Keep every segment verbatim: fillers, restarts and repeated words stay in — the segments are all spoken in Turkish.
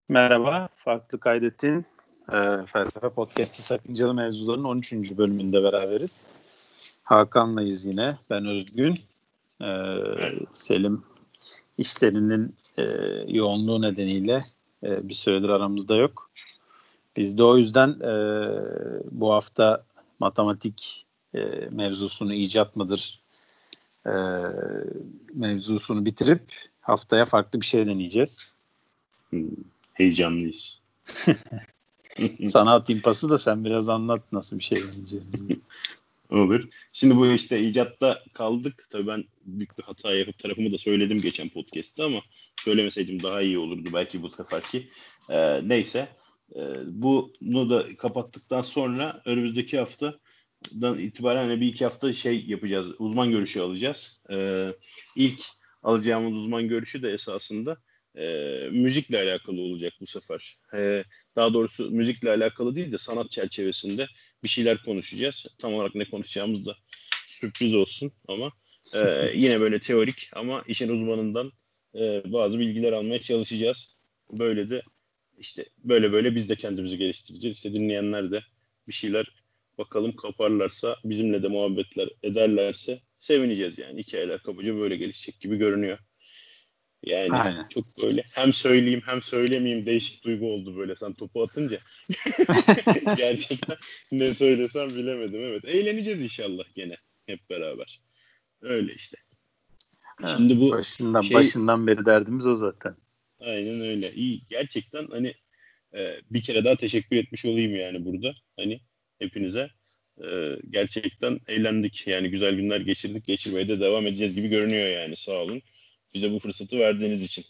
Merhaba, Farklı Kaydet'in e, Felsefe Podcast'ı Sakıncalı Mevzuların on üçüncü bölümünde beraberiz. Hakan'layız yine, ben Özgün. E, Selim işlerinin e, yoğunluğu nedeniyle e, bir süredir aramızda yok. Biz de o yüzden e, bu hafta matematik e, mevzusunu icat mıdır e, mevzusunu bitirip haftaya farklı bir şey deneyeceğiz. Hmm, heyecanlıyız. Sana atayım pası da sen biraz anlat nasıl bir şey deneyeceğimizi. Olur. Şimdi bu işte icatta kaldık. Tabii ben büyük bir hata yapıp tarafımı da söyledim geçen podcast'ta ama söylemeseydim daha iyi olurdu belki bu seferki. Ee, neyse. Ee, bunu da kapattıktan sonra önümüzdeki haftadan itibaren hani bir iki hafta şey yapacağız. Uzman görüşü alacağız. Ee, ilk alacağımız uzman görüşü de esasında e, müzikle alakalı olacak bu sefer. E, daha doğrusu müzikle alakalı değil de sanat çerçevesinde bir şeyler konuşacağız. Tam olarak ne konuşacağımız da sürpriz olsun ama e, yine böyle teorik ama işin uzmanından e, bazı bilgiler almaya çalışacağız. Böyle de işte böyle böyle biz de kendimizi geliştireceğiz. İşte dinleyenler de bir şeyler bakalım kaparlarsa, bizimle de muhabbetler ederlerse sevineceğiz yani. Hikayeler kabaca böyle gelişecek gibi görünüyor. Yani Aynen. çok böyle hem söyleyeyim hem söylemeyeyim değişik duygu oldu böyle sen topu atınca. Gerçekten ne söylesem bilemedim. Evet, eğleneceğiz inşallah gene hep beraber. Öyle işte. Ha, Şimdi bu başından şey başından beri derdimiz o zaten. aynen öyle. İyi gerçekten hani e, bir kere daha teşekkür etmiş olayım yani burada. Hani hepinize e, gerçekten eğlendik. Yani güzel günler geçirdik. Geçirmeye de devam edeceğiz gibi görünüyor yani. Sağ olun. Bize bu fırsatı verdiğiniz için.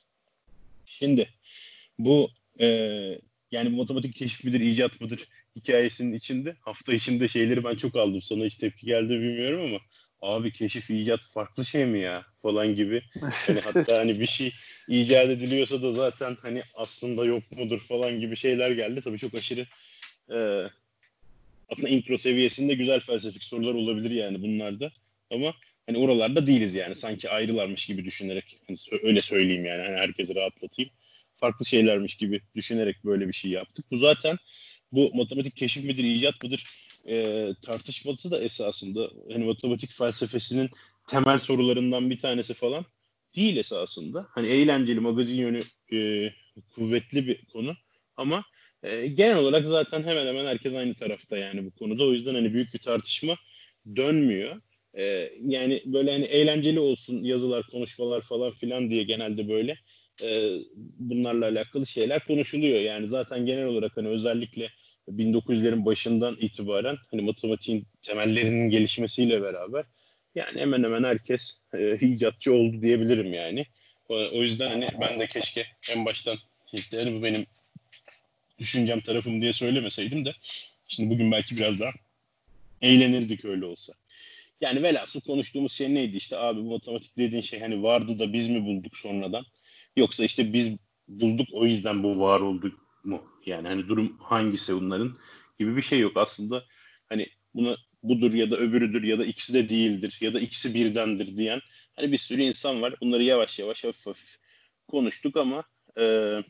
Şimdi bu e, yani bu matematik keşif midir, icat mıdır hikayesinin içinde hafta içinde şeyleri ben çok aldım. Sana hiç tepki geldi bilmiyorum ama abi keşif, icat farklı şey mi ya falan gibi. Hani hatta hani bir şey icat ediliyorsa da zaten hani aslında yok mudur falan gibi şeyler geldi. Tabii çok aşırı e, aslında intro seviyesinde güzel felsefik sorular olabilir yani bunlarda. Ama hani oralarda değiliz yani. Sanki ayrılarmış gibi düşünerek hani öyle söyleyeyim yani. Hani herkesi rahatlatayım. Farklı şeylermiş gibi düşünerek böyle bir şey yaptık. Bu zaten bu matematik keşif midir, icat mıdır e, tartışması da esasında hani matematik felsefesinin temel sorularından bir tanesi falan değil esasında. Hani eğlenceli, magazin yönü e, kuvvetli bir konu ama e, genel olarak zaten hemen hemen herkes aynı tarafta yani bu konuda. O yüzden hani büyük bir tartışma dönmüyor. E, yani böyle hani eğlenceli olsun yazılar, konuşmalar falan filan diye genelde böyle e, bunlarla alakalı şeyler konuşuluyor. Yani zaten genel olarak hani özellikle bin dokuz yüzlerin başından itibaren hani matematiğin temellerinin gelişmesiyle beraber yani hemen hemen herkes e, icatçı oldu diyebilirim yani. O, o yüzden hani ben de keşke en baştan işte hani bu benim düşüncem tarafım diye söylemeseydim de şimdi bugün belki biraz daha eğlenirdik öyle olsa. Yani velhasıl konuştuğumuz şey neydi işte abi bu matematik dediğin şey hani vardı da biz mi bulduk sonradan yoksa işte biz bulduk o yüzden bu var oldu mu? Yani hani durum hangisi bunların gibi bir şey yok aslında hani buna budur ya da öbürüdür ya da ikisi de değildir ya da ikisi birdendir diyen hani bir sürü insan var. Bunları yavaş yavaş hafif hafif konuştuk ama e,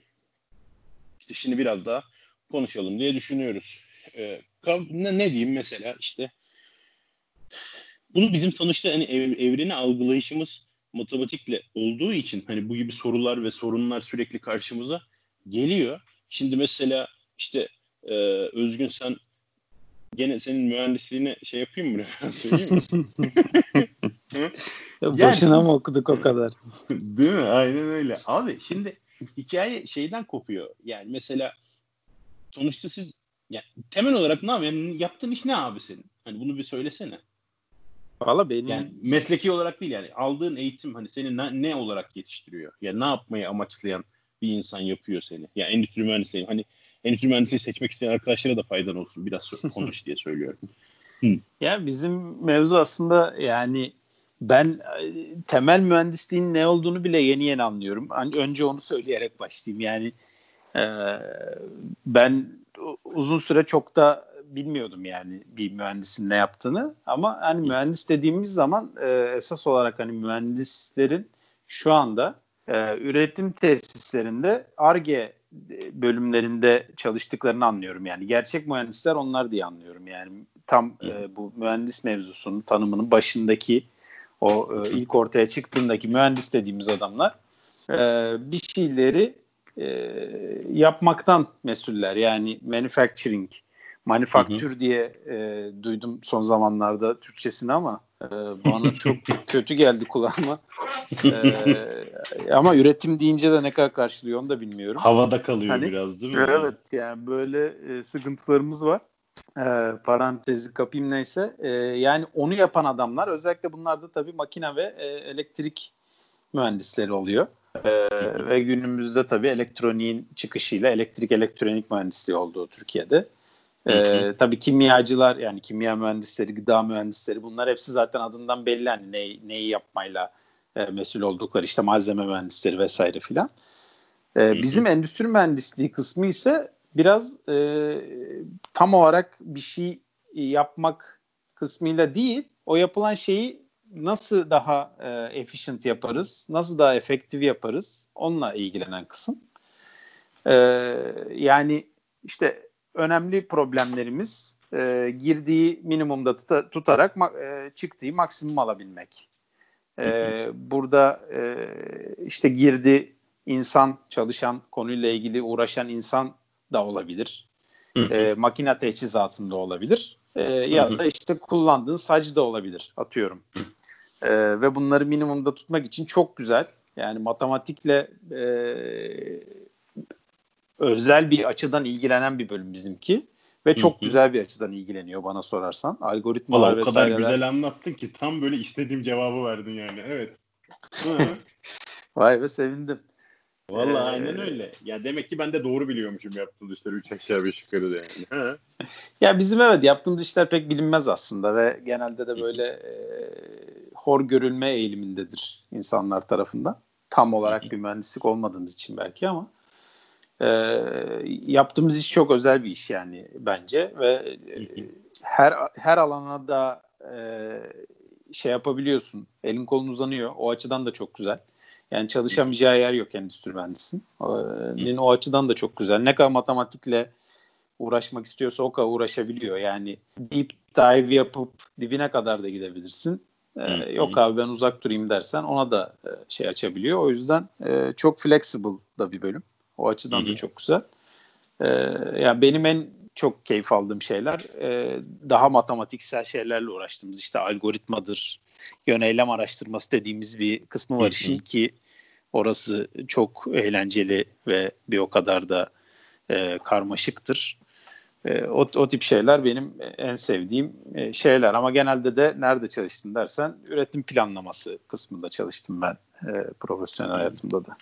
işte şimdi biraz daha konuşalım diye düşünüyoruz. Ee, ne, ne diyeyim mesela işte bunu bizim sonuçta hani ev, evreni algılayışımız matematikle olduğu için hani bu gibi sorular ve sorunlar sürekli karşımıza geliyor. Şimdi mesela işte e, Özgün sen gene senin mühendisliğine şey yapayım mı? Söyleyeyim mi? Yani Boşuna mı siz okuduk o kadar? değil mi? Aynen öyle. Abi şimdi hikaye şeyden kopuyor. Yani mesela sonuçta siz ya, temel olarak ne yapıyorsun? Yani yaptığın iş ne abi senin? Hani bunu bir söylesene. Valla Yani benim mesleki olarak değil yani aldığın eğitim hani seni ne, ne olarak yetiştiriyor? Yani ne yapmayı amaçlayan bir insan yapıyor seni? Yani endüstri mühendisliği hani endüstri mühendisliği seçmek isteyen arkadaşlara da faydan olsun biraz konuş diye söylüyorum. Hı. ya bizim mevzu aslında yani ben e, temel mühendisliğin ne olduğunu bile yeni yeni anlıyorum. Önce onu söyleyerek başlayayım. Yani e, ben uzun süre çok da bilmiyordum yani bir mühendisin ne yaptığını. Ama hani mühendis dediğimiz zaman e, esas olarak hani mühendislerin şu anda e, üretim tesislerinde Ar-Ge bölümlerinde çalıştıklarını anlıyorum. Yani gerçek mühendisler onlar diye anlıyorum. Yani tam e, bu mühendis mevzusunun tanımının başındaki o e, ilk ortaya çıktığındaki mühendis dediğimiz adamlar e, bir şeyleri e, yapmaktan mesuller. Yani manufacturing, manufaktür diye e, duydum son zamanlarda Türkçesini ama e, bana çok kötü geldi kulağıma. e, ama üretim deyince de ne kadar karşılıyor onu da bilmiyorum. Havada kalıyor hani, biraz değil mi? Evet yani böyle e, sıkıntılarımız var. E, parantezi kapayım neyse. E, yani onu yapan adamlar özellikle bunlar da tabii makine ve e, elektrik mühendisleri oluyor. E, ve günümüzde tabii elektroniğin çıkışıyla elektrik elektronik mühendisliği olduğu Türkiye'de. Ee, tabii kimyacılar yani kimya mühendisleri, gıda mühendisleri bunlar hepsi zaten adından belli hani ne, neyi yapmayla e, mesul oldukları işte malzeme mühendisleri vesaire filan. Ee, bizim endüstri mühendisliği kısmı ise biraz e, tam olarak bir şey yapmak kısmıyla değil, o yapılan şeyi nasıl daha e, efficient yaparız, nasıl daha efektif yaparız onunla ilgilenen kısım. Ee, yani işte önemli problemlerimiz e, girdiği minimumda tuta, tutarak e, çıktığı maksimum alabilmek. E, burada e, işte girdi insan çalışan konuyla ilgili uğraşan insan da olabilir. E, makine teçhizatında olabilir. E, ya da işte kullandığın sac da olabilir atıyorum. E, ve bunları minimumda tutmak için çok güzel. Yani matematikle e, özel bir açıdan ilgilenen bir bölüm bizimki. Ve çok güzel bir açıdan ilgileniyor bana sorarsan. Algoritmalar Valla o kadar vesaireler. güzel anlattın ki tam böyle istediğim cevabı verdin yani. Evet. Vay be sevindim. Valla Ee, aynen öyle. Ya demek ki ben de doğru biliyormuşum yaptığım işleri üç aşağı beş yukarı da yani. Ha? ya bizim evet yaptığımız işler pek bilinmez aslında ve genelde de böyle e, hor görülme eğilimindedir insanlar tarafından. Tam olarak bir mühendislik olmadığımız için belki ama e, yaptığımız iş çok özel bir iş yani bence ve e, her her alana da e, şey yapabiliyorsun. Elin kolun uzanıyor. O açıdan da çok güzel. Yani çalışamayacağı yer yok endüstri mühendisinin. O açıdan da çok güzel. Ne kadar matematikle uğraşmak istiyorsa o kadar uğraşabiliyor. Yani deep dive yapıp dibine kadar da gidebilirsin. Ee, yok abi ben uzak durayım dersen ona da e, şey açabiliyor. O yüzden e, çok flexible da bir bölüm. O açıdan da çok güzel. Ee, yani benim en çok keyif aldığım şeyler e, daha matematiksel şeylerle uğraştığımız işte algoritmadır, yöneylem araştırması dediğimiz bir kısmı var işin ki orası çok eğlenceli ve bir o kadar da e, karmaşıktır. E, o, o tip şeyler benim en sevdiğim e, şeyler ama genelde de nerede çalıştın dersen üretim planlaması kısmında çalıştım ben e, profesyonel hayatımda da.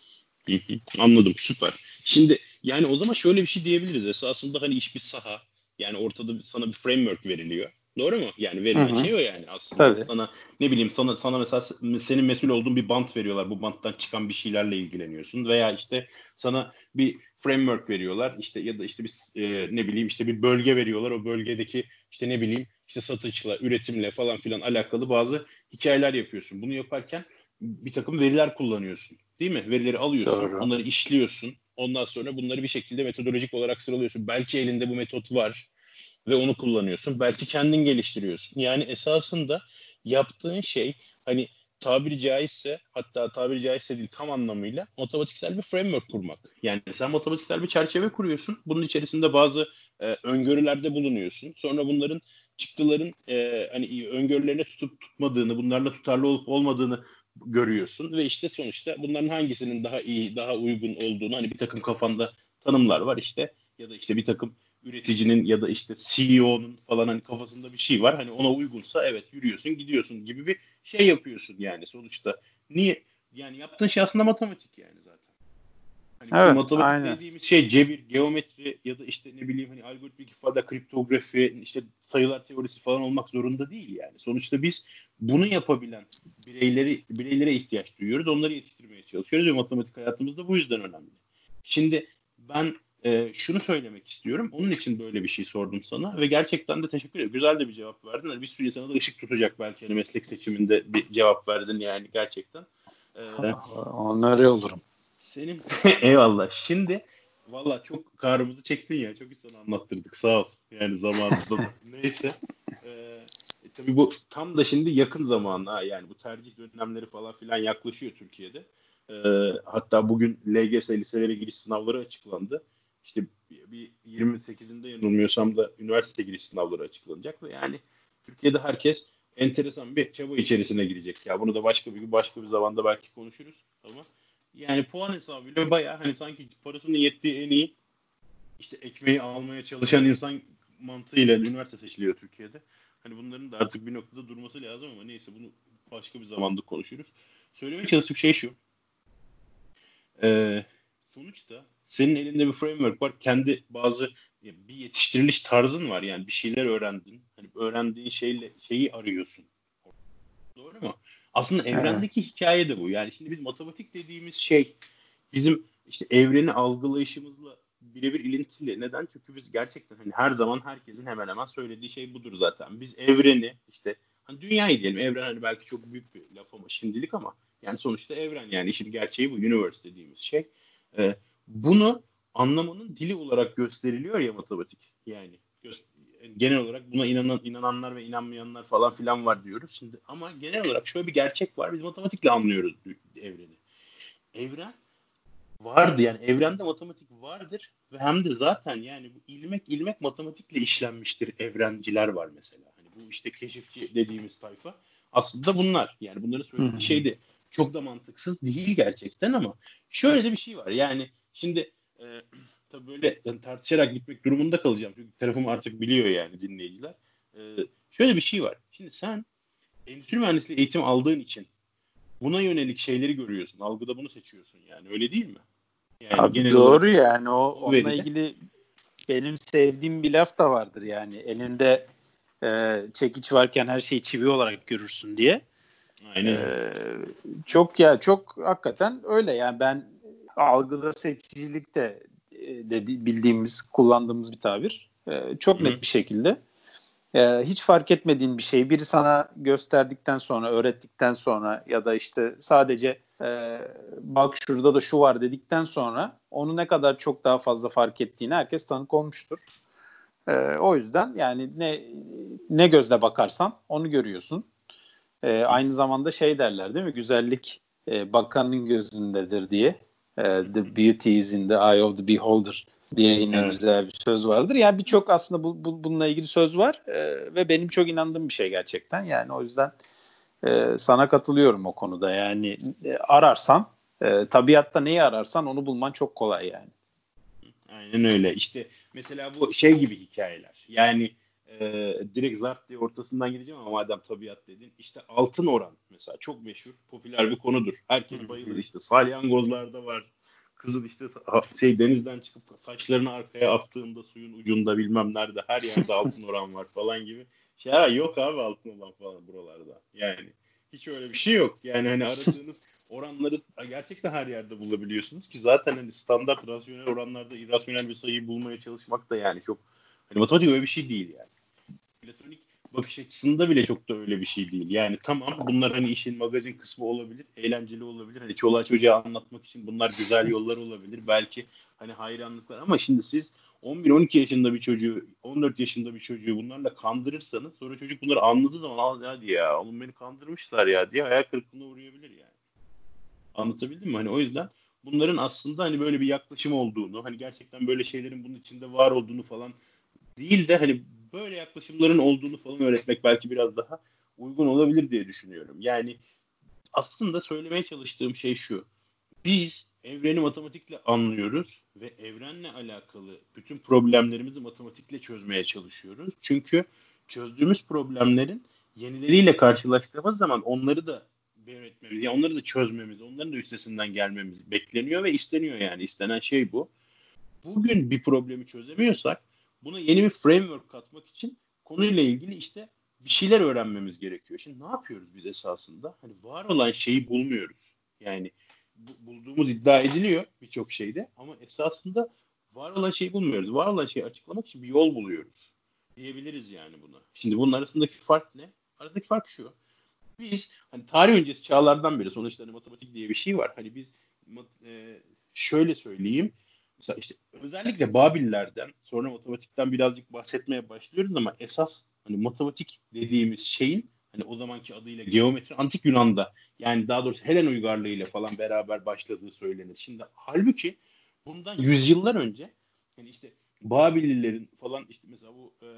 Anladım, süper. Şimdi yani o zaman şöyle bir şey diyebiliriz. Esasında hani iş bir saha. Yani ortada sana bir framework veriliyor. Doğru mu? Yani verilen Hı hı. şey o yani aslında. Tabii. Sana ne bileyim sana sana mesela senin mesul olduğun bir bant veriyorlar. Bu banttan çıkan bir şeylerle ilgileniyorsun veya işte sana bir framework veriyorlar. İşte ya da işte bir e, ne bileyim işte bir bölge veriyorlar. O bölgedeki işte ne bileyim işte satışla, üretimle falan filan alakalı bazı hikayeler yapıyorsun. Bunu yaparken bir takım veriler kullanıyorsun. Değil mi? Verileri alıyorsun, Doğru. onları işliyorsun. Ondan sonra bunları bir şekilde metodolojik olarak sıralıyorsun. Belki elinde bu metot var ve onu kullanıyorsun. Belki kendin geliştiriyorsun. Yani esasında yaptığın şey hani tabiri caizse hatta tabiri caizse değil tam anlamıyla matematiksel bir framework kurmak. Yani sen matematiksel bir çerçeve kuruyorsun. Bunun içerisinde bazı e, öngörülerde bulunuyorsun. Sonra bunların çıktıların e, hani öngörülerine tutup tutmadığını, bunlarla tutarlı olup olmadığını görüyorsun ve işte sonuçta bunların hangisinin daha iyi, daha uygun olduğunu hani bir takım kafanda tanımlar var işte ya da işte bir takım üreticinin ya da işte C E O'nun falan hani kafasında bir şey var. Hani ona uygunsa evet yürüyorsun, gidiyorsun gibi bir şey yapıyorsun yani sonuçta. Niye? Yani yaptığın şey aslında matematik yani zaten. Hani bizim Evet, matematik aynen. dediğimiz şey cebir, geometri ya da işte ne bileyim hani algoritmik ifade, kriptografi, işte sayılar teorisi falan olmak zorunda değil yani. Sonuçta biz bunu yapabilen bireyleri bireylere ihtiyaç duyuyoruz. Onları yetiştirmeye çalışıyoruz ve matematik hayatımızda bu yüzden önemli. Şimdi ben e, şunu söylemek istiyorum. Onun için böyle bir şey sordum sana ve gerçekten de teşekkür ederim. Güzel de bir cevap verdin. Yani bir sürü insana da ışık tutacak belki hani meslek seçiminde bir cevap verdin yani gerçekten. E, Onları olurum. Senin eyvallah. Şimdi valla çok kahrımızı çektin ya. Çok insan anlattırdık. Sağ ol. Yani zamanında da. Neyse. Ee, e, tabii bu tam da şimdi yakın zamanı ha. Yani bu tercih dönemleri falan filan yaklaşıyor Türkiye'de. Ee, hatta bugün L G S liselere giriş sınavları açıklandı. İşte bir yirmi sekizinde yanılmıyorsam da üniversite giriş sınavları açıklanacak ve yani Türkiye'de herkes enteresan bir çaba içerisine girecek. Ya bunu da başka bir gün başka bir zamanda belki konuşuruz ama yani puan hesabıyla bayağı hani sanki parasının yettiği en iyi işte ekmeği almaya çalışan insan mantığıyla üniversite seçiliyor Türkiye'de. Hani bunların da artık bir noktada durması lazım ama neyse bunu başka bir zamanda konuşuruz. Söylemeye çalıştığım şey şu. Ee, sonuçta senin elinde bir framework var. Kendi bazı bir yetiştiriliş tarzın var. Yani bir şeyler öğrendin. Hani öğrendiğin şeyle şeyi arıyorsun. Doğru mu? Aslında Evet. evrendeki hikaye de bu. Yani şimdi biz matematik dediğimiz şey bizim işte evreni algılayışımızla birebir ilintili. Neden? Çünkü biz gerçekten hani her zaman herkesin hemen hemen söylediği şey budur zaten. Biz evreni işte hani dünyayı diyelim. Evren hani belki çok büyük bir laf ama şimdilik ama yani sonuçta evren yani işin gerçeği bu universe dediğimiz şey. Ee, bunu anlamanın dili olarak gösteriliyor ya matematik. Yani gö- genel olarak buna inanan inananlar ve inanmayanlar falan filan var diyoruz şimdi. Ama genel olarak şöyle bir gerçek var. Biz matematikle anlıyoruz evreni. Evren vardı yani evrende matematik vardır ve hem de zaten yani bu ilmek ilmek matematikle işlenmiştir evrenciler var mesela. Hani bu işte keşifçi dediğimiz tayfa aslında bunlar. Yani bunların Hı söylediği hı. şey de çok da mantıksız değil gerçekten ama şöyle de bir şey var. Yani şimdi e, tabii böyle yani tartışarak gitmek durumunda kalacağım. Çünkü tarafım artık biliyor yani dinleyiciler. E, şöyle bir şey var. Şimdi sen endüstri mühendisliği eğitim aldığın için buna yönelik şeyleri görüyorsun. Algıda bunu seçiyorsun yani. Öyle değil mi? Yani Abi genel olarak doğru yani o o onunla veride. ilgili benim sevdiğim bir laf da vardır yani elinde e, çekiç varken her şeyi çivi olarak görürsün diye. Aynen E, öyle. çok ya çok hakikaten öyle yani ben algıda seçicilik de, e, de bildiğimiz kullandığımız bir tabir. E, çok Hı hı. net bir şekilde. Ee, hiç fark etmediğin bir şeyi biri sana gösterdikten sonra, öğrettikten sonra ya da işte sadece e, bak şurada da şu var dedikten sonra onu ne kadar çok daha fazla fark ettiğini herkes tanık olmuştur. Ee, o yüzden yani ne ne gözle bakarsan onu görüyorsun. Ee, aynı zamanda şey derler değil mi? Güzellik e, bakanın gözündedir diye. E, the beauty is in the eye of the beholder diye yine Evet. güzel bir söz vardır. Yani birçok aslında bu, bu, bununla ilgili söz var e, ve benim çok inandığım bir şey gerçekten. Yani o yüzden e, sana katılıyorum o konuda. Yani e, ararsan, e, tabiatta neyi ararsan onu bulman çok kolay yani. Aynen öyle. İşte mesela bu şey gibi hikayeler. Yani e, direkt zart diye ortasından gideceğim ama madem tabiat dedin. İşte altın oran mesela çok meşhur, popüler bir konudur. Hı Herkes bayılır hı. işte. Salyangozlarda var. Kızıl işte şey denizden çıkıp saçlarını arkaya attığında suyun ucunda bilmem nerede her yerde altın oran var falan gibi. Şey, ha, yok abi altın oran falan buralarda. Yani hiç öyle bir şey yok. Yani hani aradığınız oranları gerçekten her yerde bulabiliyorsunuz ki zaten hani standart rasyonel oranlarda irrasyonel bir sayıyı bulmaya çalışmak da yani çok hani matematik öyle bir şey değil yani. Platonik bakış açısında bile çok da öyle bir şey değil. Yani tamam bunlar hani işin magazin kısmı olabilir, eğlenceli olabilir. Hani çoluğa çocuğa anlatmak için bunlar güzel yollar olabilir. Belki hani hayranlıklar ama şimdi siz on bir on iki yaşında bir çocuğu, on dört yaşında bir çocuğu bunlarla kandırırsanız sonra çocuk bunları anladığı zaman al hadi ya oğlum beni kandırmışlar ya diye hayal kırıklığına uğrayabilir yani. Anlatabildim mi? Hani o yüzden bunların aslında hani böyle bir yaklaşım olduğunu, hani gerçekten böyle şeylerin bunun içinde var olduğunu falan değil de hani böyle yaklaşımların olduğunu falan öğretmek belki biraz daha uygun olabilir diye düşünüyorum. Yani aslında söylemeye çalıştığım şey şu. Biz evreni matematikle anlıyoruz ve evrenle alakalı bütün problemlerimizi matematikle çözmeye çalışıyoruz. Çünkü çözdüğümüz problemlerin yenileriyle karşılaştığımız zaman onları da öğretmemiz, yani onları da çözmemiz, onların da üstesinden gelmemiz bekleniyor ve isteniyor yani. İstenen şey bu. Bugün bir problemi çözemiyorsak buna yeni bir framework katmak için konuyla ilgili işte bir şeyler öğrenmemiz gerekiyor. Şimdi ne yapıyoruz biz esasında? Hani var olan şeyi bulmuyoruz. Yani bu, bulduğumuz iddia ediliyor birçok şeyde ama esasında var olan şeyi bulmuyoruz. Var olan şeyi açıklamak için bir yol buluyoruz. Diyebiliriz yani buna. Şimdi bunun arasındaki fark ne? Aradaki fark şu. Biz hani tarih öncesi çağlardan beri sonuçta hani matematik diye bir şey var. Hani biz e, şöyle söyleyeyim. Mesela işte özellikle Babillerden sonra matematikten birazcık bahsetmeye başlıyoruz ama esas hani matematik dediğimiz şeyin hani o zamanki adıyla geometri antik Yunan'da yani daha doğrusu Helen uygarlığıyla falan beraber başladığı söylenir. Şimdi halbuki bundan yüzyıllar önce hani işte Babililerin falan işte mesela bu e,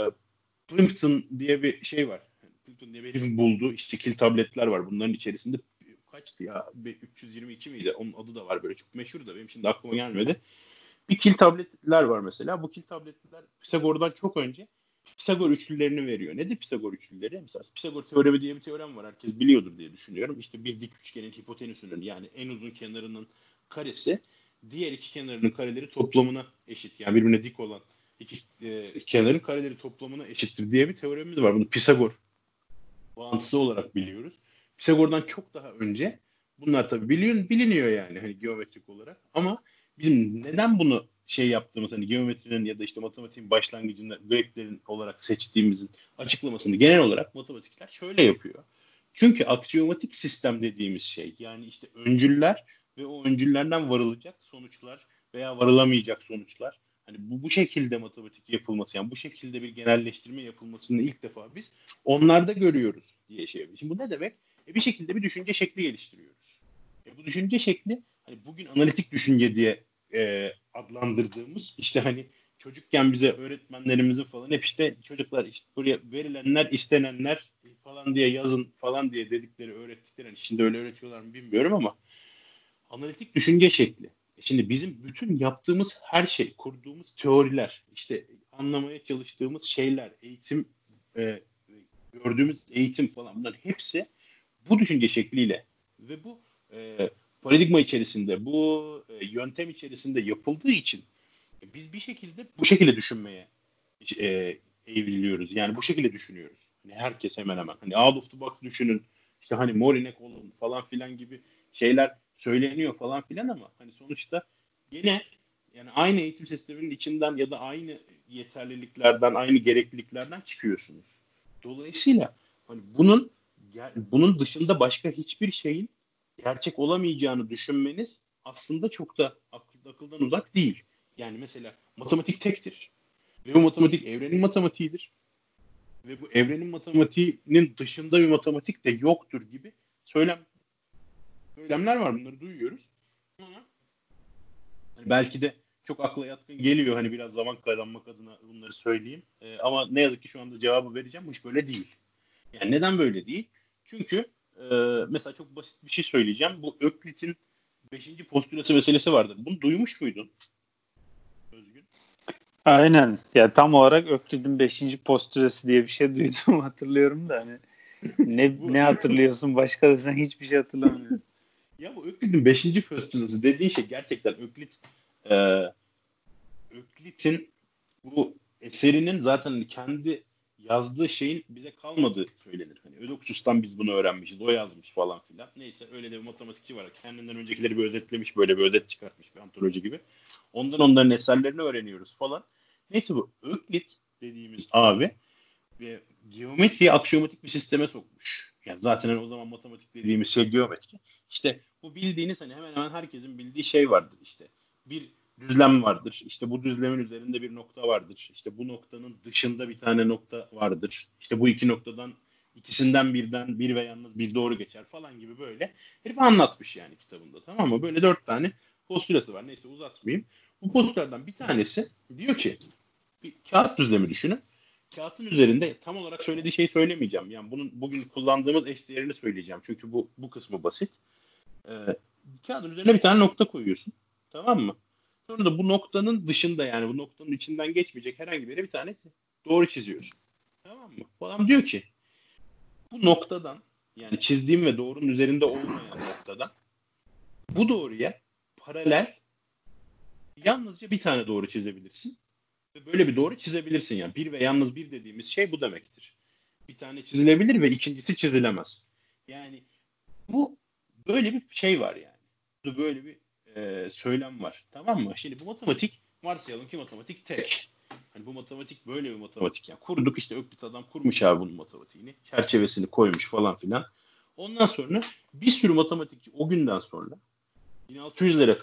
Plimpton diye bir şey var. Yani Plimpton diye bir herifin bulduğu işte kil tabletler var. Bunların içerisinde kaçtı ya? üç yüz yirmi iki miydi? Onun adı da var böyle çok meşhur da benim şimdi aklıma gelmedi. Bir kil tabletler var mesela. Bu kil tabletler Pisagor'dan çok önce Pisagor üçlülerini veriyor. Nedir Pisagor üçlüleri? Mesela Pisagor teoremi diye bir teorem var. Herkes biliyordur diye düşünüyorum. İşte bir dik üçgenin hipotenüsünün yani en uzun kenarının karesi diğer iki kenarının kareleri toplamına eşit. Yani birbirine dik olan iki e, kenarın kareleri toplamına eşittir diye bir teoremimiz var. Bunu Pisagor bağıntısı olarak biliyoruz. Pisagor'dan çok daha önce bunlar tabii biliniyor, biliniyor yani hani geometrik olarak ama bizim neden bunu şey yaptığımız hani geometrinin ya da işte matematiğin başlangıcında Greklerin olarak seçtiğimizin açıklamasını genel olarak matematikler şöyle yapıyor. Çünkü aksiyomatik sistem dediğimiz şey yani işte öncüller ve o öncüllerden varılacak sonuçlar veya varılamayacak sonuçlar hani bu bu şekilde matematik yapılması yani bu şekilde bir genelleştirme yapılmasını ilk defa biz onlarda görüyoruz diye şey yapıyor. Şimdi bu ne demek? E bir şekilde bir düşünce şekli geliştiriyoruz. E bu düşünce şekli hani bugün analitik düşünce diye e, adlandırdığımız işte hani çocukken bize öğretmenlerimizin falan hep işte çocuklar işte buraya verilenler istenenler falan diye yazın falan diye dedikleri öğrettikleri hani şimdi öyle öğretiyorlar mı bilmiyorum ama analitik düşünce şekli. Şimdi bizim bütün yaptığımız her şey, kurduğumuz teoriler, işte anlamaya çalıştığımız şeyler, eğitim, e, gördüğümüz eğitim falan bunların hepsi bu düşünce şekliyle ve bu e, paradigma içerisinde, bu e, yöntem içerisinde yapıldığı için biz bir şekilde bu şekilde düşünmeye e, evriliyoruz. Yani bu şekilde düşünüyoruz. Hani herkes hemen hemen. Hani out of the box düşünün. İşte hani Morinek olun falan filan gibi şeyler söyleniyor falan filan ama hani sonuçta yine yani aynı eğitim sisteminin içinden ya da aynı yeterliliklerden, aynı gerekliliklerden çıkıyorsunuz. Dolayısıyla hani bunun bunun dışında başka hiçbir şeyin gerçek olamayacağını düşünmeniz aslında çok da akıl, akıldan uzak değil. Yani mesela matematik tektir. Ve bu matematik evrenin matematiğidir. Ve bu evrenin matematiğinin dışında bir matematik de yoktur gibi söylem söylemler var. Bunları duyuyoruz. Ama hani belki de çok akla yatkın geliyor. Hani biraz zaman kazanmak adına bunları söyleyeyim. Ee, ama ne yazık ki şu anda cevabı vereceğim. Bu iş böyle değil. Yani neden böyle değil? Çünkü e, mesela çok basit bir şey söyleyeceğim. Bu Öklit'in beşinci postülası meselesi vardır. Bunu duymuş muydun Özgün? Aynen. Ya tam olarak Öklid'in beşinci postülesi diye bir şey duydum hatırlıyorum da hani ne Bu ne hatırlıyorsun başka da sen hiçbir şey hatırlamıyorum. Ya bu Öklit'in beşinci postülası dediği şey gerçekten Öklit e, Öklit'in bu eserinin zaten kendi yazdığı şeyin bize kalmadığı söylenir. Hani Ödoksus'tan biz bunu öğrenmişiz. O yazmış falan filan. Neyse öyle de bir matematikçi var. Kendinden öncekileri bir özetlemiş. Böyle bir özet çıkartmış bir antoloji gibi. Ondan onların eserlerini öğreniyoruz falan. Neyse bu Öklit dediğimiz abi ve geometriyi aksiyomatik bir sisteme sokmuş. Yani zaten hani o zaman matematik dediğimiz şey geometri. İşte bu bildiğiniz hani hemen hemen herkesin bildiği şey vardır işte. Bir düzlem vardır. İşte bu düzlemin üzerinde bir nokta vardır. İşte bu noktanın dışında bir tane nokta vardır. İşte bu iki noktadan ikisinden birden bir ve yalnız bir doğru geçer falan gibi böyle. Herif anlatmış yani kitabında, tamam mı? Böyle dört tane postülası var. Neyse uzatmayayım. Bu postülerden bir tanesi diyor ki bir kağıt düzlemi düşünün. Kağıtın üzerinde tam olarak söylediği şeyi söylemeyeceğim. Yani bunun bugün kullandığımız eşdeğerini söyleyeceğim. Çünkü bu bu kısmı basit. Ee, Kağıdın üzerine bir tane nokta koyuyorsun. Tamam mı? Sonra da bu noktanın dışında yani bu noktanın içinden geçmeyecek herhangi bir yere bir tane doğru çiziyorsun. Tamam mı? Bu adam diyor ki bu noktadan yani çizdiğim ve doğrunun üzerinde olmayan noktadan bu doğruya paralel yalnızca bir tane doğru çizebilirsin. Ve böyle bir doğru çizebilirsin yani. Bir ve yalnız bir dediğimiz şey bu demektir. Bir tane çizilebilir ve ikincisi çizilemez. Yani bu böyle bir şey var yani. Böyle bir e, söylem var. Tamam mı? Şimdi bu matematik varsayalım ki matematik tek. Hani bu matematik böyle bir matematik. Yani kurduk işte Öklit adam kurmuş abi bunun matematiğini. Çerçevesini koymuş falan filan. Ondan sonra bir sürü matematikçi o günden sonra bin altı yüzlere kadar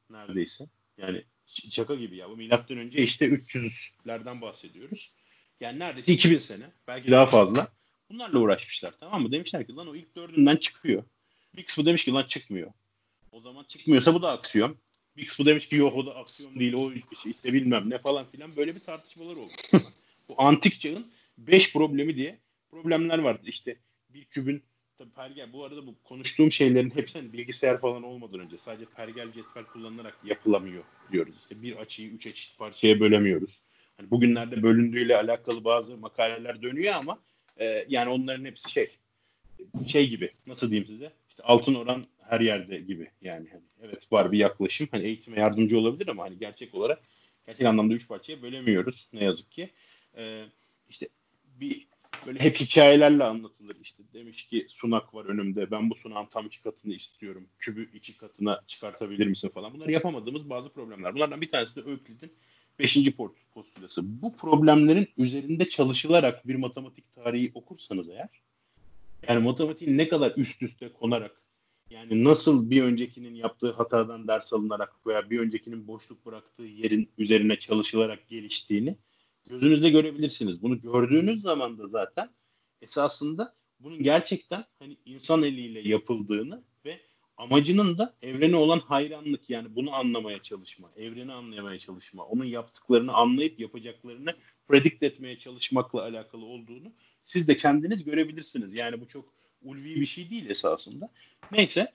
neredeyse. Yani şaka gibi ya. Bu milattan önce işte üç yüzlerden bahsediyoruz. Yani neredeyse iki bin sene. Belki daha fazla. Bunlarla uğraşmışlar, tamam mı? Demişler ki lan o ilk dördünden çıkıyor. Bir kısmı demiş ki lan çıkmıyor. O zaman çıkmıyorsa bu da aksiyon. Bir kısmı demiş ki yok o da aksiyon değil. O işte, işte bilmem ne falan filan. Böyle bir tartışmalar olmuş falan. Bu antik çağın beş problemi diye problemler vardı. İşte bir kübün tabii pergel. Bu arada bu konuştuğum şeylerin hepsi hani bilgisayar falan olmadan önce sadece pergel cetvel kullanılarak yapılamıyor diyoruz. İşte bir açıyı üç eşit parçaya bölemiyoruz. Hani bugünlerde bölündüğüyle alakalı bazı makaleler dönüyor ama e, yani onların hepsi şey şey gibi, nasıl diyeyim size, işte altın oran her yerde gibi yani. Hani evet var bir yaklaşım, hani eğitime yardımcı olabilir ama hani gerçek olarak gerçek anlamda üç parçaya bölemiyoruz ne yazık ki. Ee, işte bir böyle hep hikayelerle anlatılır, işte demiş ki sunak var önümde, ben bu sunağın tam iki katını istiyorum, kübü iki katına çıkartabilir misin falan. Bunlar yapamadığımız bazı problemler. Bunlardan bir tanesi de Öklid'in beşinci postülası. Bu problemlerin üzerinde çalışılarak bir matematik tarihi okursanız eğer, yani matematiğin ne kadar üst üste konarak, yani nasıl bir öncekinin yaptığı hatadan ders alınarak veya bir öncekinin boşluk bıraktığı yerin üzerine çalışılarak geliştiğini gözünüzde görebilirsiniz. Bunu gördüğünüz zaman da zaten esasında bunun gerçekten hani insan eliyle yapıldığını ve amacının da evrene olan hayranlık, yani bunu anlamaya çalışma, evreni anlamaya çalışma, onun yaptıklarını anlayıp yapacaklarını predict etmeye çalışmakla alakalı olduğunu siz de kendiniz görebilirsiniz. Yani bu çok ulvi bir şey değil esasında. Neyse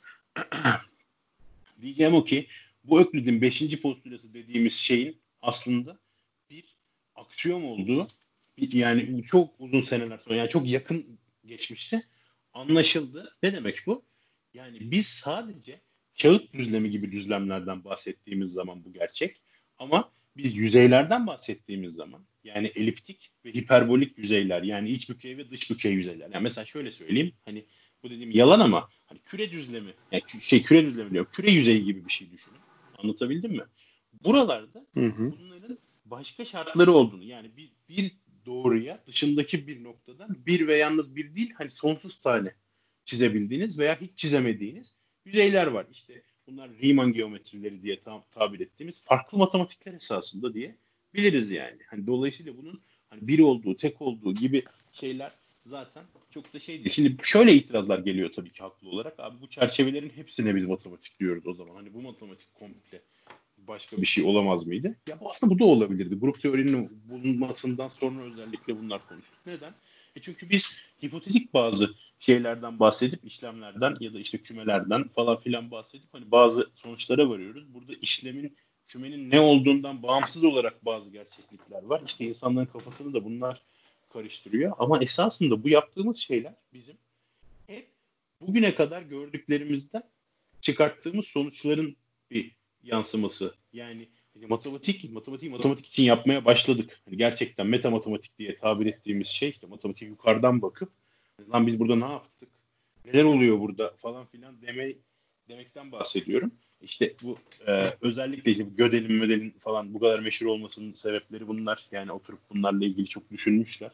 diyeceğim o ki bu Öklid'in beşinci postülası dediğimiz şeyin aslında bir aksiyom olduğu, yani çok uzun seneler sonra, yani çok yakın geçmişte anlaşıldı. Ne demek bu? Yani biz sadece kağıt düzlemi gibi düzlemlerden bahsettiğimiz zaman bu gerçek. Ama biz yüzeylerden bahsettiğimiz zaman, yani eliptik ve hiperbolik yüzeyler, yani iç bükey ve dış bükey yüzeyler. Yani mesela şöyle söyleyeyim, hani bu dediğim yalan ama hani küre düzlemi, yani şey küre düzlemi diyorum, küre yüzeyi gibi bir şey düşünün. Anlatabildim mi? Buralarda Hı hı. bunların başka şartları olduğunu, yani bir, bir doğruya dışındaki bir noktadan bir ve yalnız bir değil, hani sonsuz tane çizebildiğiniz veya hiç çizemediğiniz yüzeyler var. İşte bunlar Riemann geometrileri diye tam, tabir ettiğimiz farklı matematikler esasında diye biliriz yani. Hani dolayısıyla bunun hani bir olduğu, tek olduğu gibi şeyler zaten çok da şey değil. Şimdi şöyle itirazlar geliyor tabii ki haklı olarak. Abi bu çerçevelerin hepsine biz matematik diyoruz o zaman. Hani bu matematik komple başka bir şey olamaz mıydı? Ya bu aslında bu da olabilirdi. Grup teorinin bulunmasından sonra özellikle bunlar konuştuk. Neden? E çünkü biz hipotetik bazı şeylerden bahsedip, işlemlerden ya da işte kümelerden falan filan bahsedip hani bazı sonuçlara varıyoruz. Burada işlemin, kümenin ne olduğundan bağımsız olarak bazı gerçeklikler var. İşte insanların kafasını da bunlar karıştırıyor. Ama esasında bu yaptığımız şeyler bizim hep bugüne kadar gördüklerimizden çıkarttığımız sonuçların bir yansıması. Yani hani matematik, matematik, matematik için yapmaya başladık. Hani gerçekten meta matematik diye tabir ettiğimiz şey, işte matematik yukarıdan bakıp lan biz burada ne yaptık? Neler oluyor burada falan filan deme, demekten bahsediyorum. İşte bu e, özellikle işte bu Gödel'in, Mödel'in falan bu kadar meşhur olmasının sebepleri bunlar. Yani oturup bunlarla ilgili çok düşünmüşler.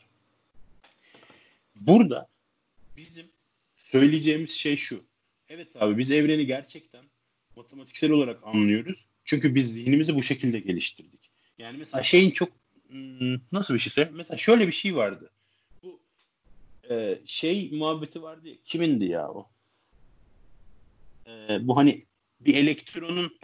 Burada bizim söyleyeceğimiz şey şu. Evet abi, biz evreni gerçekten matematiksel olarak anlıyoruz. Çünkü biz zihnimizi bu şekilde geliştirdik. Yani mesela şeyin çok hmm, nasıl bir şey söyleyeyim? Mesela şöyle bir şey vardı. Bu e, şey muhabbeti vardı ya. Kimindi ya o? E, bu hani bir elektronun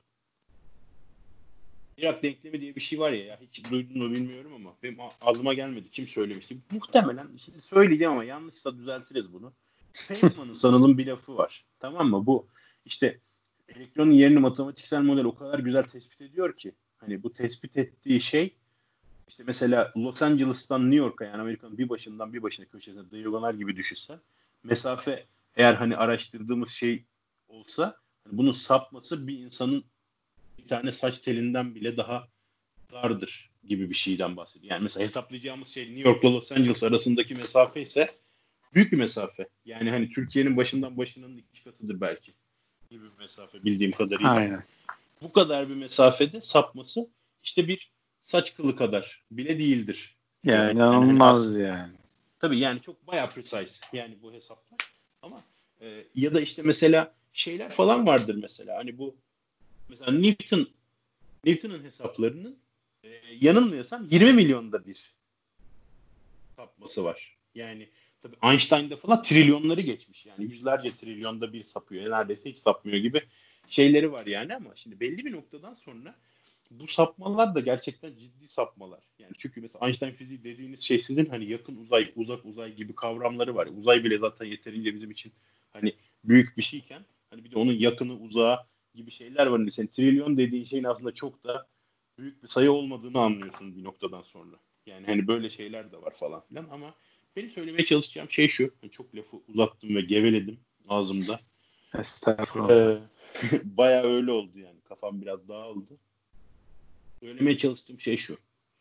Dirac denklemi diye bir şey var ya, ya hiç duydun mu bilmiyorum ama benim ağzıma gelmedi. Kim söylemişti? Muhtemelen şimdi söyleyeceğim ama yanlışsa düzeltiriz bunu. Feynman'ın sanılım bir lafı var. Tamam mı? Bu işte elektronun yerini matematiksel model o kadar güzel tespit ediyor ki hani bu tespit ettiği şey işte mesela Los Angeles'tan New York'a, yani Amerika'nın bir başından bir başına köşesine diagonal gibi düşünsen, mesafe eğer hani araştırdığımız şey olsa hani bunun sapması bir insanın bir tane saç telinden bile daha dardır gibi bir şeyden bahsediyor. Yani mesela hesaplayacağımız şey New York'la Los Angeles arasındaki mesafe ise büyük bir mesafe. Yani hani Türkiye'nin başından başının iki katıdır belki gibi bir mesafe bildiğim kadarıyla. Aynen. Bu kadar bir mesafede sapması işte bir saç kılı kadar bile değildir diyor. Ya Yani hani inanılmaz as yani. tabii yani çok bayağı precise yani bu hesaplar. Ama e, ya da işte mesela şeyler falan vardır mesela. Hani bu Mesela Newton Newton'un hesaplarının e, yanılmıyorsam yirmi milyonda bir sapması var. Yani tabii Einstein'da falan trilyonları geçmiş. Yani yüzlerce trilyonda bir sapıyor. Neredeyse hiç sapmıyor gibi şeyleri var yani, ama şimdi belli bir noktadan sonra bu sapmalar da gerçekten ciddi sapmalar. Yani çünkü mesela Einstein fiziği dediğiniz şey sizin hani yakın uzay, uzak uzay gibi kavramları var. Uzay bile zaten yeterince bizim için hani büyük bir şeyken hani bir de onun yakını, uzağı gibi şeyler var. Hani sen trilyon dediğin şeyin aslında çok da büyük bir sayı olmadığını anlıyorsun bir noktadan sonra. Yani hani böyle şeyler de var falan filan, ama benim söylemeye çalışacağım şey şu. Hani çok lafı uzattım ve geveledim ağzımda. Estağfurullah. Ee, bayağı öyle oldu yani. Kafam biraz dağıldı. Söylemeye çalıştığım şey şu.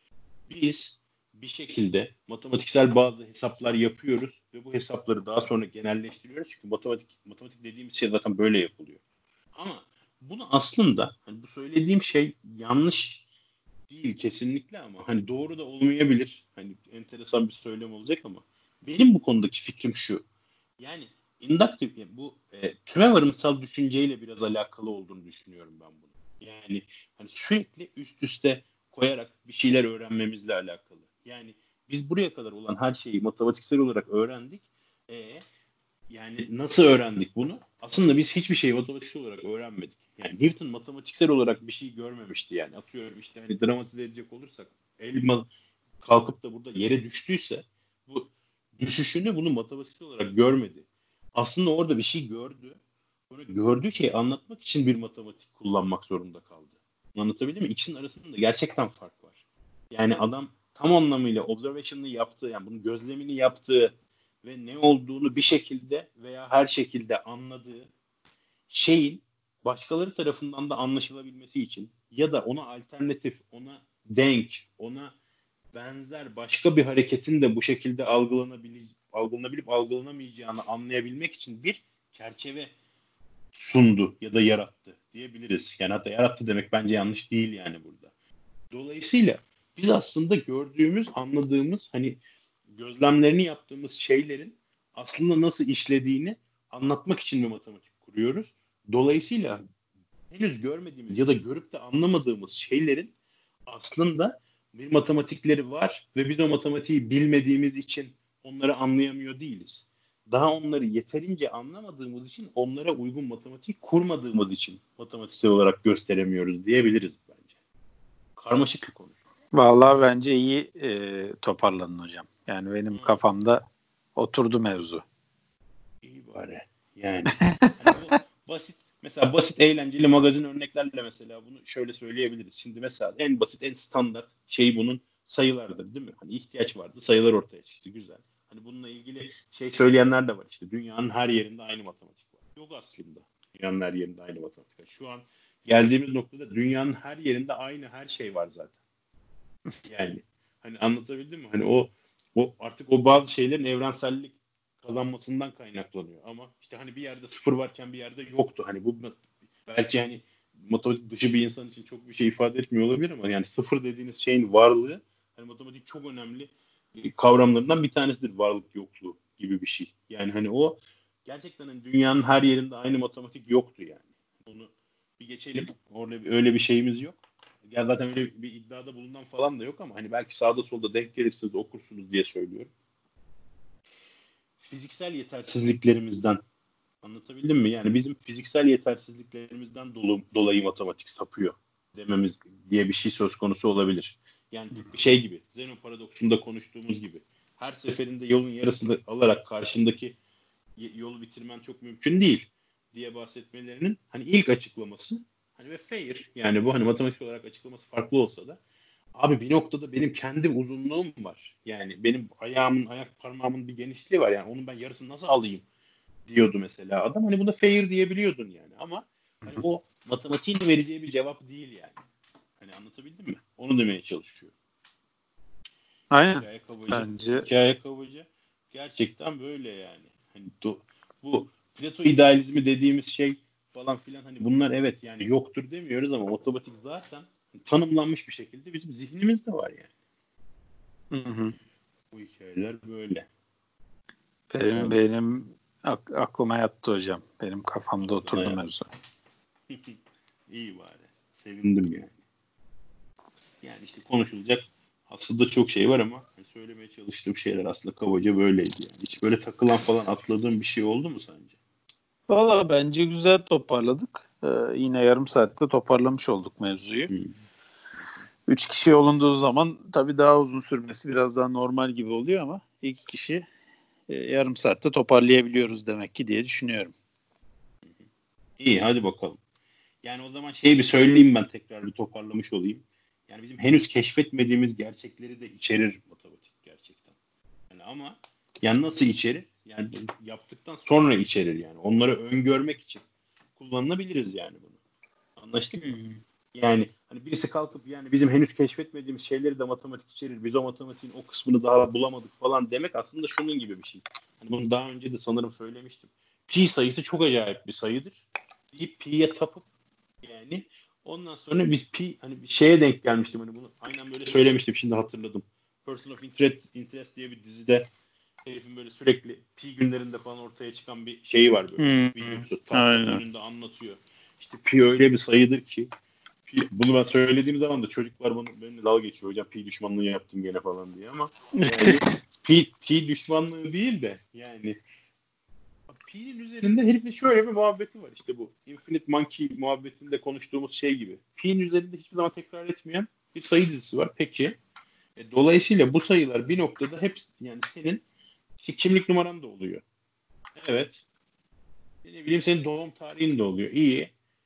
Biz bir şekilde matematiksel bazı hesaplar yapıyoruz ve bu hesapları daha sonra genelleştiriyoruz. Çünkü matematik matematik dediğimiz şey zaten böyle yapılıyor. Ama bunu aslında hani bu söylediğim şey yanlış değil kesinlikle, ama hani doğru da olmayabilir. Hani enteresan bir söylem olacak ama benim bu konudaki fikrim şu. Yani induktif bu e, tüme varımsal düşünceyle biraz alakalı olduğunu düşünüyorum ben bunu. Yani hani sürekli üst üste koyarak bir şeyler öğrenmemizle alakalı. Yani biz buraya kadar olan her şeyi matematiksel olarak öğrendik. E, yani nasıl öğrendik bunu? Aslında biz hiçbir şeyi matematiksel olarak öğrenmedik. Yani Newton matematiksel olarak bir şey görmemişti yani. Atıyorum işte hani dramatize edecek olursak elma kalkıp da burada yere düştüyse bu düşüşünü bunu matematiksel olarak görmedi. Aslında orada bir şey gördü. Sonra gördüğü şeyi anlatmak için bir matematik kullanmak zorunda kaldı. Anlatabildim mi? İkisinin arasında gerçekten fark var. Yani adam tam anlamıyla observation'ını yaptığı, yani bunun gözlemini yaptığı ve ne olduğunu bir şekilde veya her şekilde anladığı şeyin başkaları tarafından da anlaşılabilmesi için ya da ona alternatif, ona denk, ona benzer başka bir hareketin de bu şekilde algılanabilip, algılanabilip algılanamayacağını anlayabilmek için bir çerçeve sundu ya da yarattı diyebiliriz. Yani hatta yarattı demek bence yanlış değil yani burada. Dolayısıyla biz aslında gördüğümüz, anladığımız, hani gözlemlerini yaptığımız şeylerin aslında nasıl işlediğini anlatmak için bir matematik kuruyoruz. Dolayısıyla henüz görmediğimiz ya da görüp de anlamadığımız şeylerin aslında bir matematikleri var ve biz o matematiği bilmediğimiz için onları anlayamıyor değiliz. Daha onları yeterince anlamadığımız için onlara uygun matematik kurmadığımız için matematiksel olarak gösteremiyoruz diyebiliriz bence. Karmaşık bir konu. Vallahi bence iyi e, toparladın hocam. Yani benim Hmm, kafamda oturdu mevzu. iyi bari. Yani hani bu basit, mesela basit eğlenceli magazin örneklerle mesela bunu şöyle söyleyebiliriz. Şimdi mesela en basit, en standart şey bunun sayılardır değil mi? Hani ihtiyaç vardı, sayılar ortaya çıktı, güzel. Hani bununla ilgili şey söyleyenler de var, işte dünyanın her yerinde aynı matematik var. Yok aslında dünyanın her yerinde aynı matematik var. Şu an geldiğimiz noktada dünyanın her yerinde aynı her şey var zaten. Yani hani anlatabildim mi? Hani o o artık o bazı şeylerin evrensellik kazanmasından kaynaklanıyor. Ama işte hani bir yerde sıfır varken bir yerde yoktu. Hani bu belki hani matematik dışı bir insan için çok bir şey ifade etmiyor olabilir, ama yani sıfır dediğiniz şeyin varlığı hani matematik çok önemli kavramlarından bir tanesidir, varlık yokluğu gibi bir şey. Yani hani o gerçekten hani dünyanın her yerinde aynı matematik yoktu yani. Onu bir geçelim. Orada öyle bir şeyimiz yok. Ya zaten öyle bir iddiada bulunan falan da yok, ama hani belki sağda solda denk gelirsiniz okursunuz diye söylüyorum. Fiziksel yetersizliklerimizden, anlatabildim mi? Yani bizim fiziksel yetersizliklerimizden dolu, dolayı matematik sapıyor dememiz diye bir şey söz konusu olabilir. Yani tıpkı şey gibi, Zenon paradoksunda konuştuğumuz gibi. Her seferinde yolun yarısını alarak karşındaki yolu bitirmen çok mümkün değil diye bahsetmelerinin hani ilk açıklaması hani ve fair, yani bu hani matematik olarak açıklaması farklı olsa da abi bir noktada benim kendi uzunluğum var. Yani benim ayağımın, ayak parmağımın bir genişliği var. Yani onun ben yarısını nasıl alayım diyordu mesela adam. Hani buna fair diyebiliyordun yani. Ama hani o matematiğin de vereceği bir cevap değil yani. Hani anlatabildim mi? Onu demeye çalışıyor. Aynen. Hikaye kabaca. Bence Hikaye kabaca. Gerçekten böyle yani. Hani do, bu Plato idealizmi dediğimiz şey falan filan, hani bunlar evet yani yoktur demiyoruz, ama matematik zaten tanımlanmış bir şekilde bizim zihnimizde var yani. hı hı. Bu hikayeler böyle. Benim, Bakalım. benim ak- aklıma yattı hocam. Benim kafamda Aklıma oturdu ya. mevzu. İyi bari. Sevindim yani. Yani işte konuşulacak aslında çok şey var ama söylemeye çalıştığım şeyler aslında kabaca böyleydi yani. Hiç böyle takılan falan atladığın bir şey oldu mu sence? Valla bence güzel toparladık. Ee, yine yarım saatte toparlamış olduk mevzuyu. Hmm. Üç kişi olunduğu zaman tabii daha uzun sürmesi biraz daha normal gibi oluyor ama iki kişi e, yarım saatte toparlayabiliyoruz demek ki diye düşünüyorum. İyi hadi bakalım. Yani o zaman şeyi bir söyleyeyim, ben tekrar bir toparlamış olayım. Yani bizim henüz keşfetmediğimiz gerçekleri de içerir matematik gerçekten. Yani ama yani nasıl içerir? Yani yaptıktan sonra içerir yani. Onları öngörmek için kullanılabiliriz yani bunu. Anlaştık mı? Hmm. Yani hani birisi kalkıp yani bizim henüz keşfetmediğimiz şeyleri de matematik içerir, biz o matematiğin o kısmını daha bulamadık falan demek aslında şunun gibi bir şey. Hani bunu daha önce de sanırım söylemiştim. Pi sayısı çok acayip bir sayıdır. Deyip pi'ye tapıp yani ondan sonra biz pi hani bir şeye denk gelmiştim, hani bunu aynen böyle söylemiştim, şimdi hatırladım. Person of Interest, Interest diye bir dizide herifin böyle sürekli pi günlerinde falan ortaya çıkan bir şeyi var böyle. Hmm. Videosu tahtanın Aynen. önünde anlatıyor. İşte pi öyle bir sayıdır ki pi, bunu ben söylediğim zaman da çocuklar bana benimle dalga geçiyor. Hocam pi düşmanlığı yaptım gene falan diye ama yani pi, pi düşmanlığı değil de yani pi'nin üzerinde herifin şöyle bir muhabbeti var. İşte bu Infinite Monkey muhabbetinde konuştuğumuz şey gibi. Pi'nin üzerinde hiçbir zaman tekrar etmeyen bir sayı dizisi var. Peki e, dolayısıyla bu sayılar bir noktada hep yani senin işte kimlik numaran da oluyor. Evet. Ne bileyim senin doğum tarihin de oluyor. İyi.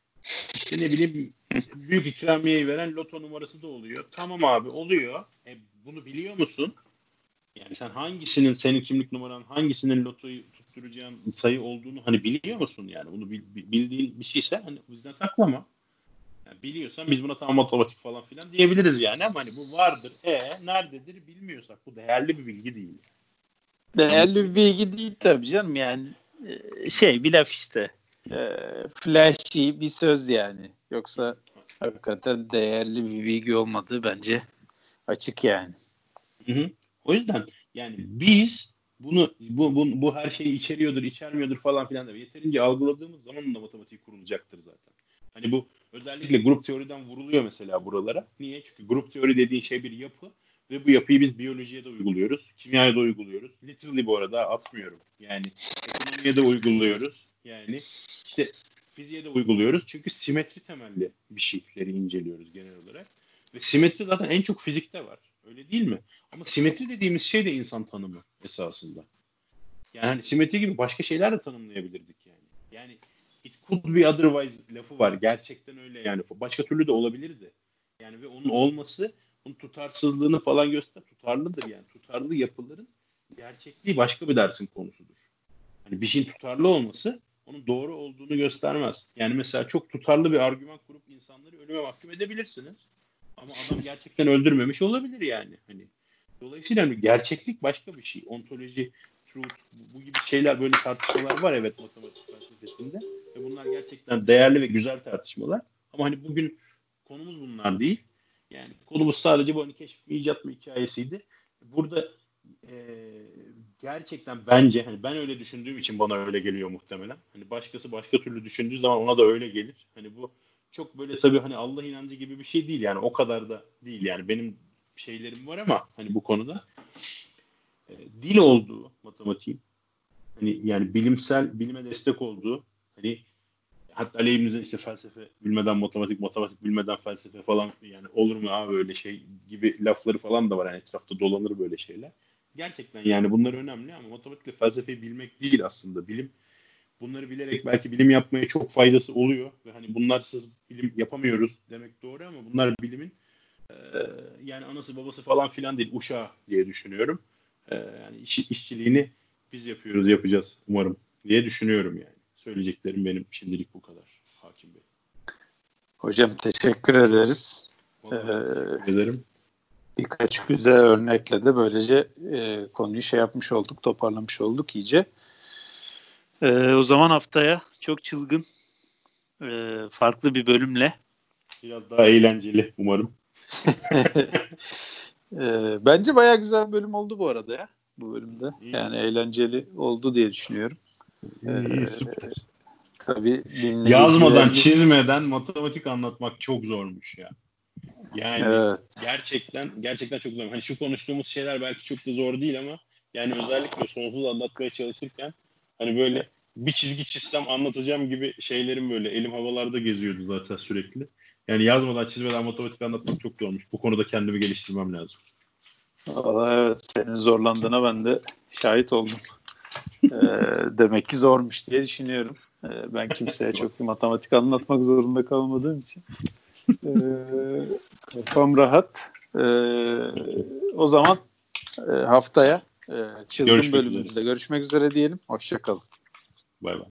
İşte ne bileyim büyük ikramiyeyi veren loto numarası da oluyor. Tamam abi oluyor. E, bunu biliyor musun? Yani sen hangisinin senin kimlik numaran, hangisinin lotoyu tutturacağın sayı olduğunu hani biliyor musun yani? Bunu bildiğin bir şeyse hani bizden saklama. Yani biliyorsan biz buna tamam matematik falan filan diyebiliriz yani ama hani bu vardır. E nerededir bilmiyorsak bu değerli bir bilgi değil. Değerli bir bilgi değil tabii canım yani e, şey bir laf işte. E, flashy bir söz yani. Yoksa hakikaten değerli bir bilgi olmadığı bence açık yani. Hı hı. O yüzden yani biz bunu bu, bu, bu her şeyi içeriyordur, içermiyordur falan filan da yeterince algıladığımız zaman da matematik kurulacaktır zaten. Hani bu özellikle grup teoriden vuruluyor mesela buralara. Niye? Çünkü grup teori dediğin şey bir yapı ve bu yapıyı biz biyolojiye de uyguluyoruz, kimyaya da uyguluyoruz. Literally bu arada atmıyorum. Yani ekonomiye de uyguluyoruz. Yani işte fiziğe de uyguluyoruz. Çünkü simetri temelli bir şeyleri inceliyoruz genel olarak. Ve simetri zaten en çok fizikte var. Öyle değil mi? Ama simetri dediğimiz şey de insan tanımı esasında. Yani hani simetri gibi başka şeyler de tanımlayabilirdik yani. Yani it could be otherwise lafı var. Gerçekten öyle yani. Başka türlü de olabilirdi. Yani ve onun olması, onun tutarsızlığını falan göster. Tutarlıdır yani. Tutarlı yapıların gerçekliği başka bir dersin konusudur. Hani bir şeyin tutarlı olması onun doğru olduğunu göstermez. Yani mesela çok tutarlı bir argüman kurup insanları ölüme mahkum edebilirsiniz. Ama adam gerçekten öldürmemiş olabilir yani. Hani dolayısıyla hani gerçeklik başka bir şey. Ontoloji, truth, bu, bu gibi şeyler, böyle tartışmalar var evet matematik felsefesinde. Ve bunlar gerçekten değerli ve güzel tartışmalar. Ama hani bugün konumuz bunlar değil. Yani konumuz sadece bu hani keşif mi icat mı hikayesiydi. Burada e, gerçekten bence hani ben öyle düşündüğüm için bana öyle geliyor muhtemelen. Hani başkası başka türlü düşündüğü zaman ona da öyle gelir. Hani bu çok böyle tabii hani Allah inancı gibi bir şey değil yani, o kadar da değil yani, benim şeylerim var ama hani bu konuda e, dil olduğu matematiğin, hani yani bilimsel bilime destek olduğu, hani hatta aleyhimizin işte felsefe bilmeden matematik, matematik bilmeden felsefe falan, yani olur mu abi öyle şey gibi lafları falan da var yani, etrafta dolanır böyle şeyler. Gerçekten yani bunlar önemli ama matematikle felsefeyi bilmek değil aslında bilim. Bunları bilerek belki bilim yapmaya çok faydası oluyor ve hani bunlarsız bilim yapamıyoruz demek doğru ama bunlar bilimin e, yani anası babası falan filan değil, uşağı diye düşünüyorum. E, yani iş, işçiliğini biz yapıyoruz, yapacağız umarım diye düşünüyorum yani. Söyleyeceklerim benim şimdilik bu kadar Hakim Bey. Hocam teşekkür ederiz. Vallahi Ee, ben teşekkür ederim. birkaç güzel örnekle de böylece e, konuyu şey yapmış olduk, toparlamış olduk iyice. Ee, o zaman haftaya çok çılgın, e, farklı bir bölümle. Biraz daha eğlenceli umarım. e, bence bayağı güzel bir bölüm oldu bu arada ya. Bu bölümde. İyi, Yani eğlenceli oldu diye düşünüyorum. iyi, Ee, iyi süper. tabii yazmadan, çizmeden matematik anlatmak çok zormuş ya. Yani evet. gerçekten gerçekten çok zor. Hani şu konuştuğumuz şeyler belki çok da zor değil ama yani özellikle sonsuz anlatmaya çalışırken hani böyle bir çizgi çizsem anlatacağım gibi şeylerim böyle elim havalarda geziyordu zaten sürekli. Yani yazmadan, çizmeden matematik anlatmak çok zormuş. Bu konuda kendimi geliştirmem lazım. Vallahi evet, senin zorlandığına ben de şahit oldum. Ee, demek ki zormuş diye düşünüyorum. Ee, ben kimseye çok bir matematik anlatmak zorunda kalmadığım için. Ee, kafam rahat. Ee, o zaman e, haftaya e, çılgın Görüşmek üzere. bölümümüzde görüşmek üzere diyelim. Hoşça kalın. Bay bay.